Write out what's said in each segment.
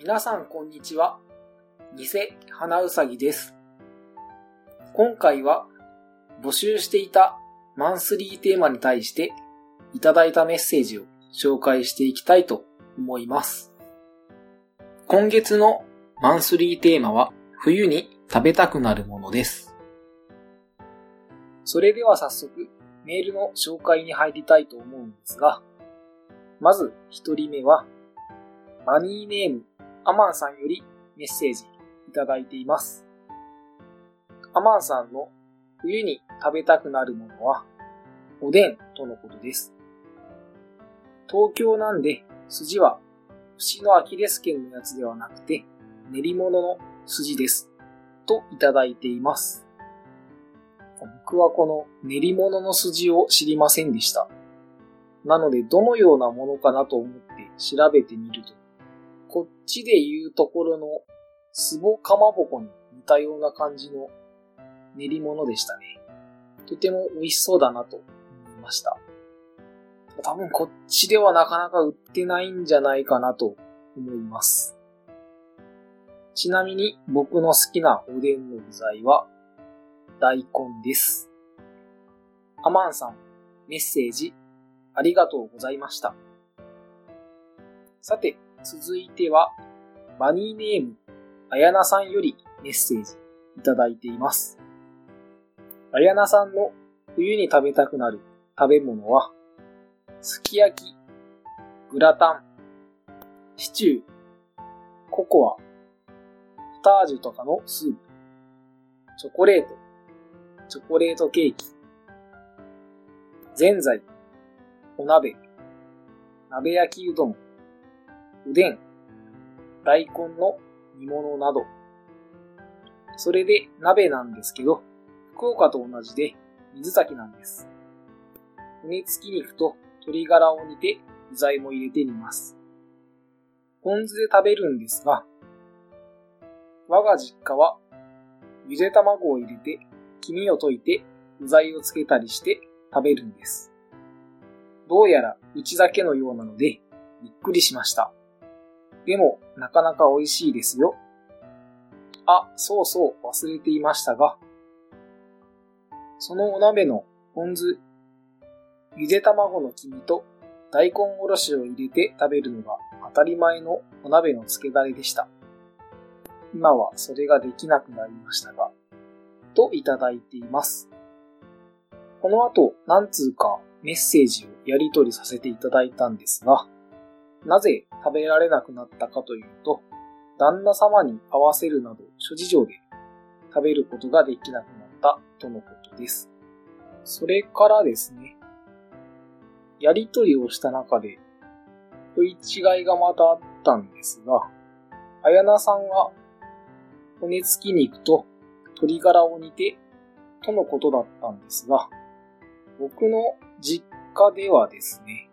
皆さんこんにちは。偽花うさぎです。今回は募集していたマンスリーテーマに対していただいたメッセージを紹介していきたいと思います。今月のマンスリーテーマは冬に食べたくなるものです。それでは早速メールの紹介に入りたいと思うんですが、まず一人目はマニーネームアマンさんよりメッセージいただいています。アマンさんの冬に食べたくなるものはおでんとのことです。東京なんで筋は牛のアキレス腱のやつではなくて練り物の筋ですといただいています。僕はこの練り物の筋を知りませんでした。なのでどのようなものかなと思って調べてみると、こっちで言うところのスボかまぼこに似たような感じの練り物でしたね。とても美味しそうだなと思いました。多分こっちではなかなか売ってないんじゃないかなと思います。ちなみに僕の好きなおでんの具材は大根です。アマンさん、メッセージありがとうございました。さて、続いてはバニーネームあやなさんよりメッセージいただいています。あやなさんの冬に食べたくなる食べ物はすき焼き、グラタン、シチュー、ココア、ポタージュとかのスープ、チョコレートケーキ、ぜんざい、お鍋、鍋焼きうどん、おでん、大根の煮物など。それで鍋なんですけど、福岡と同じで水炊きなんです。骨付き肉と鶏ガラを煮て具材も入れて煮ます。ポン酢で食べるんですが、我が実家はゆで卵を入れて黄身を溶いて具材をつけたりして食べるんです。どうやらうちだけのようなのでびっくりしました。でもなかなか美味しいですよ。あ、そうそう忘れていましたが、そのお鍋のポン酢、ゆで卵の黄身と大根おろしを入れて食べるのが当たり前のお鍋のつけだれでした。今はそれができなくなりましたが、といただいています。この後、何通かメッセージをやり取りさせていただいたんですが、なぜ食べられなくなったかというと、旦那様に合わせるなど諸事情で食べることができなくなったとのことです。それからですね、やり取りをした中で食い違いがまたあったんですが、あやなさんは骨付き肉と鶏ガラを煮てとのことだったんですが、僕の実家ではですね、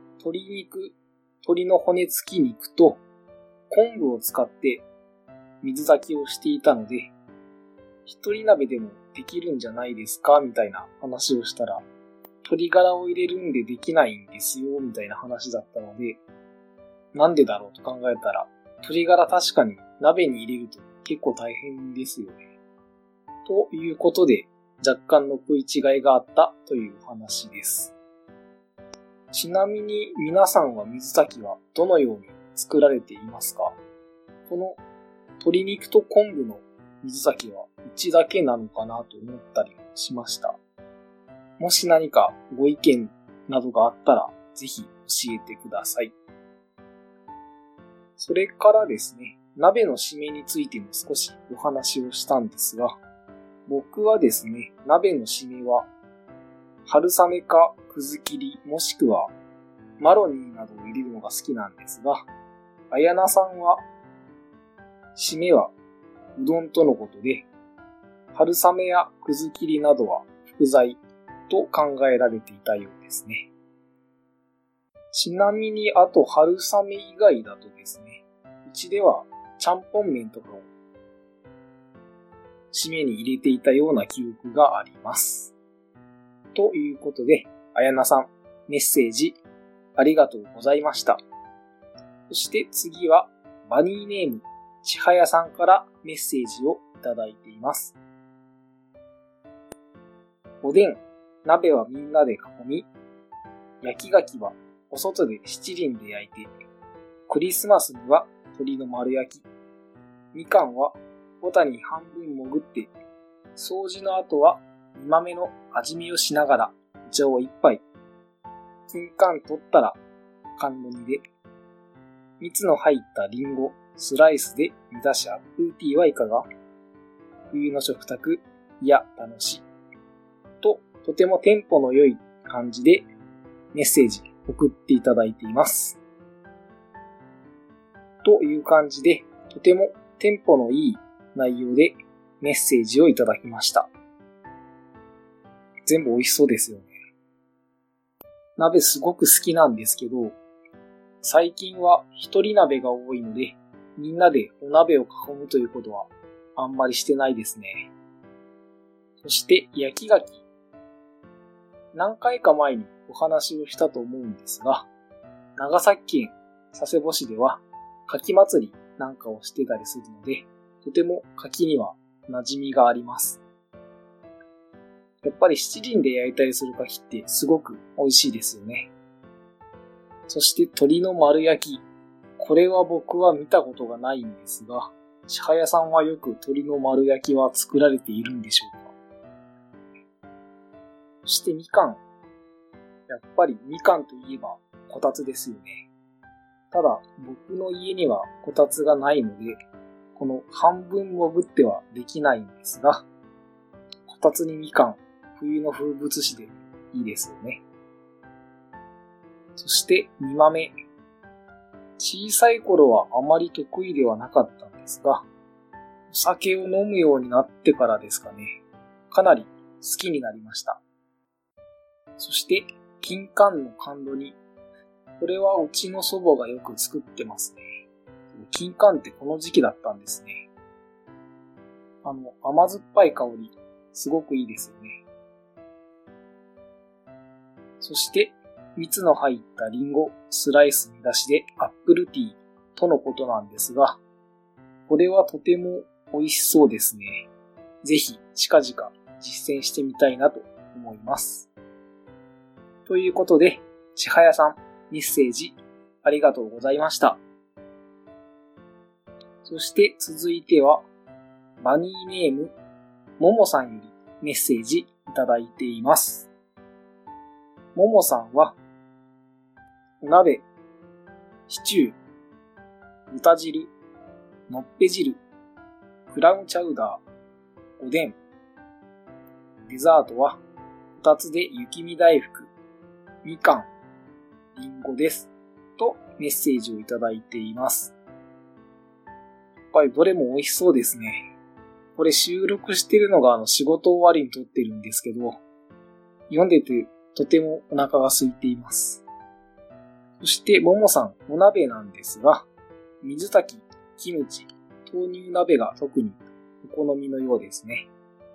鶏の骨付き肉と昆布を使って水炊きをしていたので、一人鍋でもできるんじゃないですかみたいな話をしたら、鶏ガラを入れるんでできないんですよみたいな話だったので、なんでだろうと考えたら、鶏ガラ確かに鍋に入れると結構大変ですよね。ということで、若干の食い違いがあったという話です。ちなみに皆さんは水炊きはどのように作られていますか？この鶏肉と昆布の水炊きはうちだけなのかなと思ったりしました。もし何かご意見などがあったらぜひ教えてください。それからですね、鍋の締めについても少しお話をしたんですが、僕はですね、鍋の締めは春雨かくず切りもしくはマロニーなどを入れるのが好きなんですが、あやなさんは締めはうどんとのことで、春雨やくず切りなどは副菜と考えられていたようですね。ちなみにあと春雨以外だとですね、うちではちゃんぽん麺とかを締めに入れていたような記憶があります。ということで、あやなさん、メッセージありがとうございました。そして次はバニーネームちはやさんからメッセージをいただいています。おでん、鍋はみんなで囲み、焼き牡蠣はお外で七輪で焼いて、クリスマスには鶏の丸焼き、みかんはボタに半分潜って、掃除の後は煮豆の味見をしながらお茶を一杯、金柑取ったら甘露煮で、蜜の入ったリンゴ、スライスで煮出しアップルティーはいかが？冬の食卓、いや楽しい。と、とてもテンポの良い感じでメッセージ送っていただいています。という感じで、とてもテンポのいい内容でメッセージをいただきました。全部美味しそうですよね。鍋すごく好きなんですけど、最近は一人鍋が多いので、みんなでお鍋を囲むということはあんまりしてないですね。そして焼き牡蠣。何回か前にお話をしたと思うんですが、長崎県佐世保市では牡蠣祭りなんかをしてたりするので、とても牡蠣には馴染みがあります。やっぱり七輪で焼いたりする牡蠣ってすごく美味しいですよね。そして鶏の丸焼き。これは僕は見たことがないんですが、ちはやさんはよく鶏の丸焼きは作られているんでしょうか？そしてみかん。やっぱりみかんといえばこたつですよね。ただ僕の家にはこたつがないので、この半分潜ってはできないんですが、こたつにみかん、冬の風物詩でいいですよね。そして煮豆。小さい頃はあまり得意ではなかったんですが、お酒を飲むようになってからですかね、かなり好きになりました。そして金柑の甘露煮。これはうちの祖母がよく作ってますね。金柑ってこの時期だったんですね。甘酸っぱい香り、すごくいいですよね。そして蜜の入ったリンゴ、スライス煮出しでアップルティーとのことなんですが、これはとても美味しそうですね。ぜひ近々実践してみたいなと思います。ということで、ちはやさん、メッセージありがとうございました。そして続いては、バニーネーム、ももさんよりメッセージいただいています。ももさんは、お鍋、シチュー、豚汁、のっぺ汁、クラムチャウダー、おでん。デザートは、こたつで雪見大福、みかん、りんごです。とメッセージをいただいています。やっぱりどれも美味しそうですね。これ収録してるのが仕事終わりに撮ってるんですけど、読んでてとてもお腹が空いています。そして、ももさん、お鍋なんですが、水炊き、キムチ、豆乳鍋が特にお好みのようですね。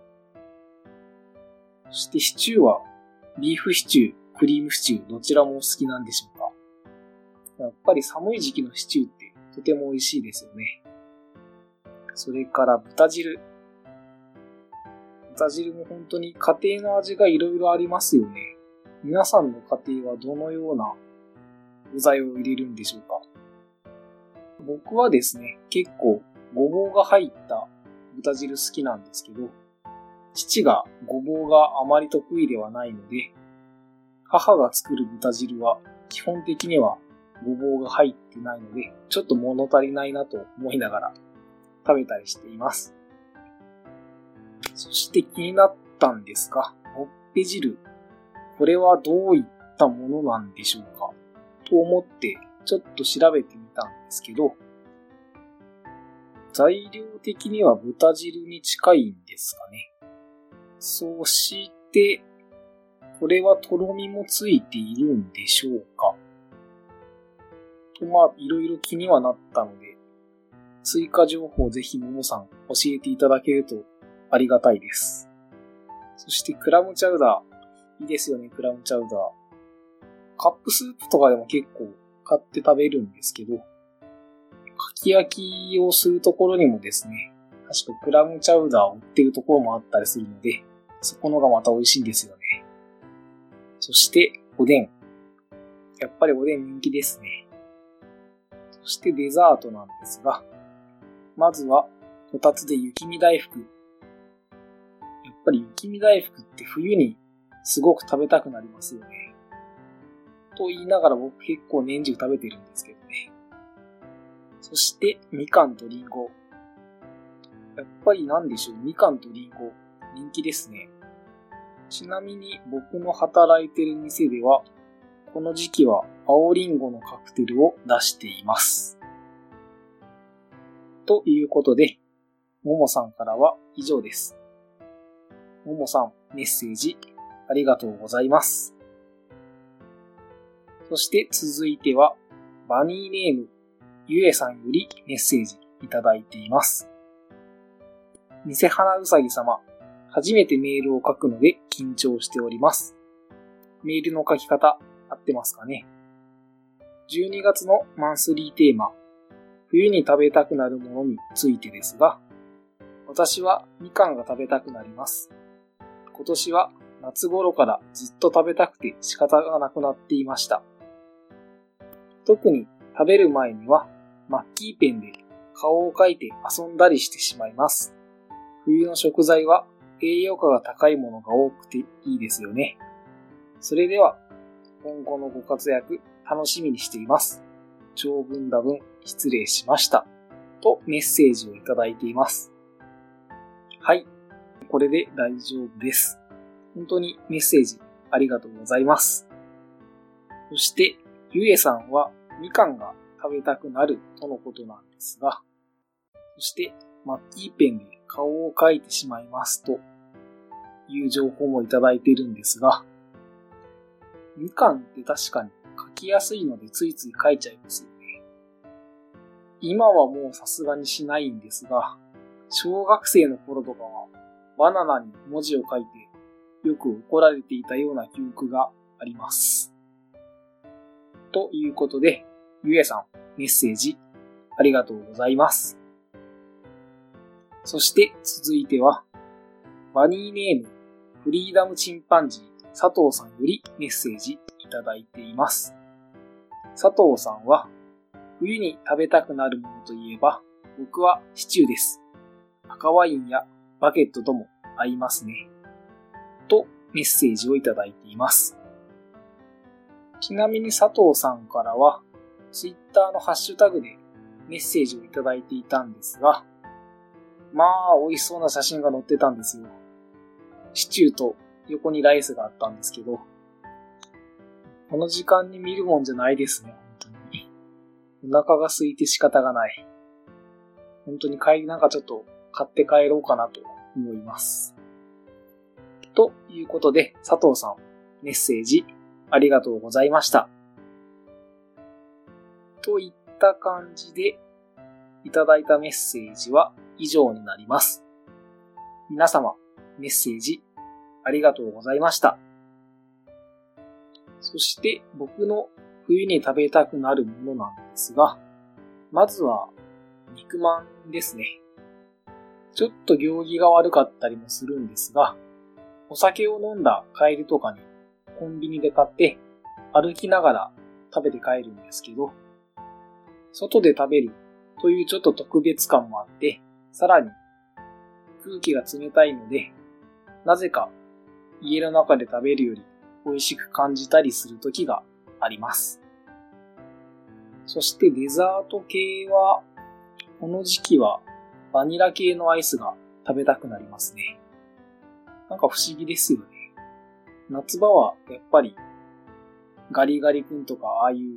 そしてシチューは、ビーフシチュー、クリームシチュー、どちらもお好きなんでしょうか？やっぱり寒い時期のシチューってとても美味しいですよね。それから豚汁。豚汁も本当に家庭の味がいろいろありますよね。皆さんの家庭はどのような具材を入れるんでしょうか？僕はですね、結構ごぼうが入った豚汁好きなんですけど、父がごぼうがあまり得意ではないので、母が作る豚汁は基本的にはごぼうが入ってないので、ちょっと物足りないなと思いながら食べたりしています。そして気になったんですが、のっぺ汁。これはどういったものなんでしょうかと思ってちょっと調べてみたんですけど、材料的には豚汁に近いんですかね。そして、これはとろみもついているんでしょうかと、いろいろ気にはなったので、追加情報をぜひももさん教えていただけるとありがたいです。そしてクラムチャウダー。いいですよね、クラムチャウダー。カップスープとかでも結構買って食べるんですけど、かき焼きをするところにもですね、確かクラムチャウダーを売ってるところもあったりするので、そこのがまた美味しいんですよね。そして、おでん。やっぱりおでん人気ですね。そしてデザートなんですが、まずは、こたつで雪見大福。やっぱり雪見大福って冬にすごく食べたくなりますよね。と言いながら僕結構年中食べてるんですけどね。そして、みかんとりんご。やっぱりなんでしょう、みかんとりんご、人気ですね。ちなみに僕の働いてる店では、この時期は青りんごのカクテルを出しています。ということで、ももさんからは以上です。ももさん、メッセージありがとうございます。そして続いては、バニーネーム、ゆえさんよりメッセージいただいています。偽花うさぎ様、初めてメールを書くので緊張しております。メールの書き方、合ってますかね。12月のマンスリーテーマ、冬に食べたくなるものについてですが、私はみかんが食べたくなります。今年は夏頃からずっと食べたくて仕方がなくなっていました。特に食べる前にはマッキーペンで顔を描いて遊んだりしてしまいます。冬の食材は栄養価が高いものが多くていいですよね。それでは今後のご活躍楽しみにしています。長文多文失礼しました。とメッセージをいただいています。はい。これで大丈夫です。本当にメッセージありがとうございます。そして、ゆえさんはみかんが食べたくなるとのことなんですが、そして、マッキーペンで顔を描いてしまいますという情報もいただいているんですが、みかんって確かに描きやすいのでついつい描いちゃいますよね。今はもうさすがにしないんですが、小学生の頃とかはバナナに文字を書いてよく怒られていたような記憶があります。ということで、ゆえさんメッセージありがとうございます。そして続いては、バニーネームフリーダムチンパンジー佐藤さんよりメッセージいただいています。佐藤さんは、冬に食べたくなるものといえば、僕はシチューです。赤ワインやバゲットとも合いますね。とメッセージをいただいています。ちなみに佐藤さんからは、ツイッターのハッシュタグでメッセージをいただいていたんですが、まあ美味しそうな写真が載ってたんですよ。シチューと横にライスがあったんですけど、この時間に見るもんじゃないですね、本当に。お腹が空いて仕方がない。本当になんかちょっと買って帰ろうかなと思います。ということで、佐藤さん、メッセージありがとうございました。といった感じで、いただいたメッセージは以上になります。皆様、メッセージありがとうございました。そして僕の冬に食べたくなるものなんですが、まずは肉まんですね。ちょっと行儀が悪かったりもするんですが、お酒を飲んだ帰りとかにコンビニで買って歩きながら食べて帰るんですけど、外で食べるというちょっと特別感もあって、さらに空気が冷たいので、なぜか家の中で食べるより美味しく感じたりする時があります。そしてデザート系は、この時期はバニラ系のアイスが食べたくなりますね。なんか不思議ですよね。夏場はやっぱりガリガリ君とかああいう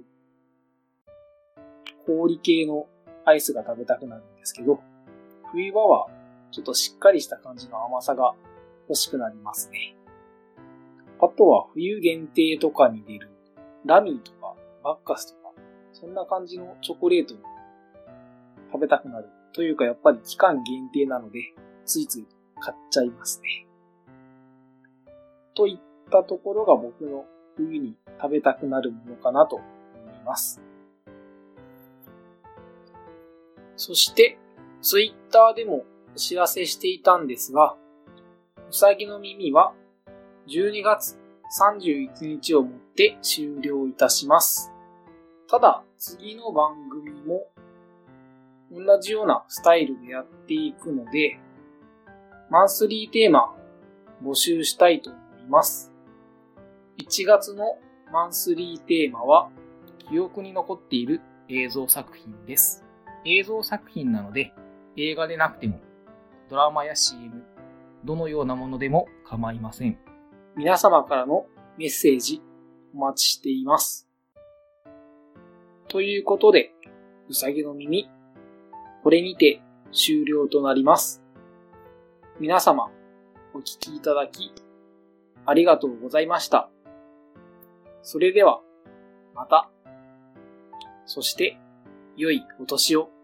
氷系のアイスが食べたくなるんですけど、冬場はちょっとしっかりした感じの甘さが欲しくなりますね。あとは冬限定とかに出るラミーとかバッカスとか、そんな感じのチョコレートも食べたくなる。というかやっぱり期間限定なので、ついつい買っちゃいますね。といったところが僕の冬に食べたくなるものかなと思います。 そして、ツイッターでもお知らせしていたんですが、うさぎの耳は12月31日をもって終了いたします。ただ、次の番組も同じようなスタイルでやっていくので、マンスリーテーマ募集したいと思います。1月のマンスリーテーマは、記憶に残っている映像作品です。映像作品なので、映画でなくても、ドラマや CM、どのようなものでも構いません。皆様からのメッセージお待ちしています。ということで、うさぎの耳、これにて終了となります。皆様、お聞きいただき、ありがとうございました。それでは、また。そして、良いお年を。